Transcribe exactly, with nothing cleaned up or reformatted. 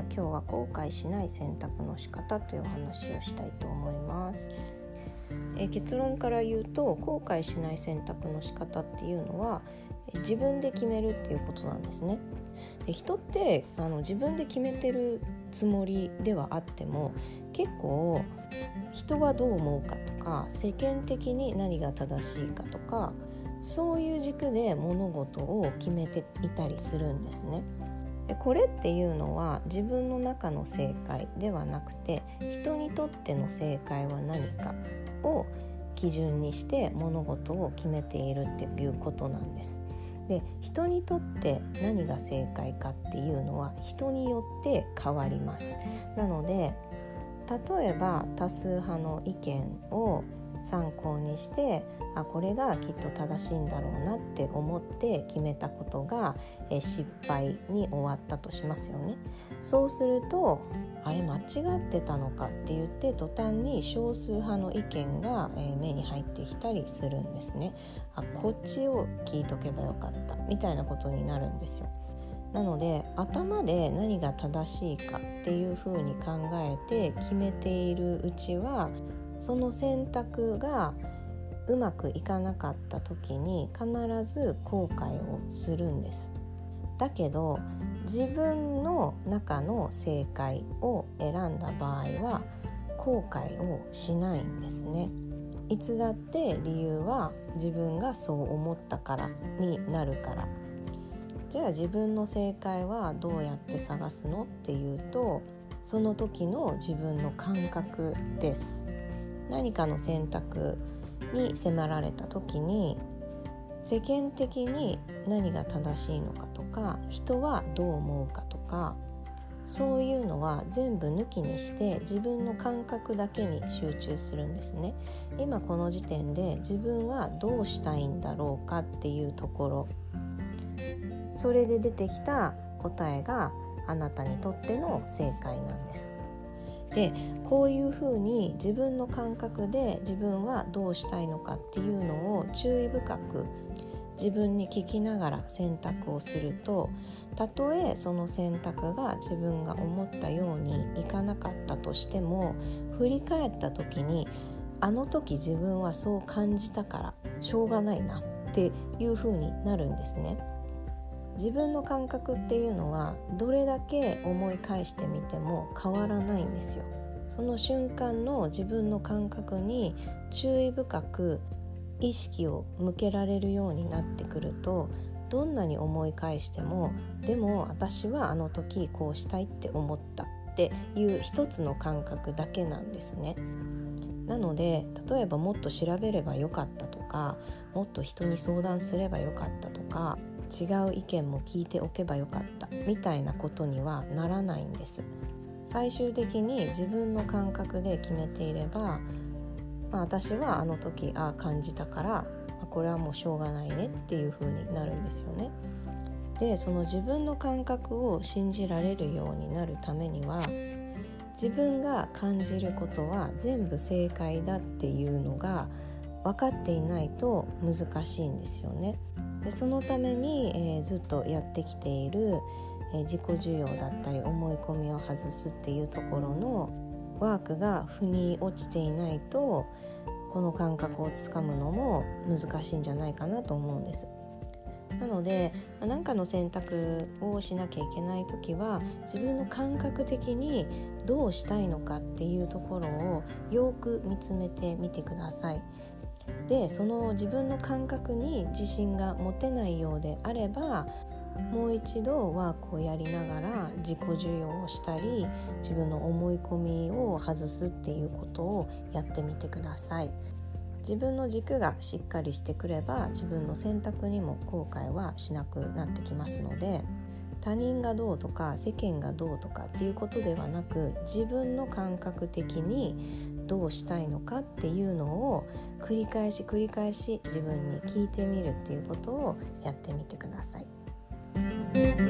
今日は後悔しない選択の仕方というお話をしたいと思います。えー、結論から言うと、後悔しない選択の仕方っていうのは自分で決めるっていうことなんですね。で人ってあの自分で決めてるつもりではあっても、結構人はどう思うかとか、世間的に何が正しいかとか、そういう軸で物事を決めていたりするんですね。でこれっていうのは自分の中の正解ではなくて、人にとっての正解は何かを基準にして物事を決めているっていうことなんです。で人にとって何が正解かっていうのは人によって変わります。なので例えば多数派の意見を参考にして、あこれがきっと正しいんだろうなって思って決めたことがえ失敗に終わったとしますよね。そうすると、あれ間違ってたのかって言って途端に少数派の意見がえ目に入ってきたりするんですね。あこっちを聞いとけばよかったみたいなことになるんですよ。なので頭で何が正しいかっていうふうに考えて決めているうちは、その選択がうまくいかなかった時に必ず後悔をするんです。だけど自分の中の正解を選んだ場合は後悔をしないんですね。いつだって理由は自分がそう思ったからになるから。じゃあ自分の正解はどうやって探すのっていうと、その時の自分の感覚です。何かの選択に迫られた時に、世間的に何が正しいのかとか、人はどう思うかとか、そういうのは全部抜きにして自分の感覚だけに集中するんですね。今この時点で自分はどうしたいんだろうかっていうところ、それで出てきた答えがあなたにとっての正解なんです。でこういうふうに自分の感覚で自分はどうしたいのかっていうのを注意深く自分に聞きながら選択をすると、たとえその選択が自分が思ったようにいかなかったとしても、振り返った時にあの時自分はそう感じたからしょうがないなっていうふうになるんですね。自分の感覚っていうのはどれだけ思い返してみても変わらないんですよ。その瞬間の自分の感覚に注意深く意識を向けられるようになってくると、どんなに思い返しても、でも私はあの時こうしたいって思ったっていう一つの感覚だけなんですね。なので例えばもっと調べればよかったとか、もっと人に相談すればよかったとか、違う意見も聞いておけばよかったみたいなことにはならないんです。最終的に自分の感覚で決めていれば、まあ、私はあの時ああ感じたから、まあ、これはもうしょうがないねっていう風になるんですよね。でその自分の感覚を信じられるようになるためには、自分が感じることは全部正解だっていうのが分かっていないと難しいんですよね。でそのために、えー、ずっとやってきている、えー、自己需要だったり思い込みを外すっていうところのワークが腑に落ちていないと、この感覚をつかむのも難しいんじゃないかなと思うんです。なので何かの選択をしなきゃいけないときは、自分の感覚的にどうしたいのかっていうところをよく見つめてみてください。でその自分の感覚に自信が持てないようであれば、もう一度ワークをやりながら自己需要をしたり、自分の思い込みを外すっていうことをやってみてください。自分の軸がしっかりしてくれば、自分の選択にも後悔はしなくなってきますので、他人がどうとか世間がどうとかっていうことではなく、自分の感覚的にどうしたいのかっていうのを繰り返し繰り返し自分に聞いてみるっていうことをやってみてください。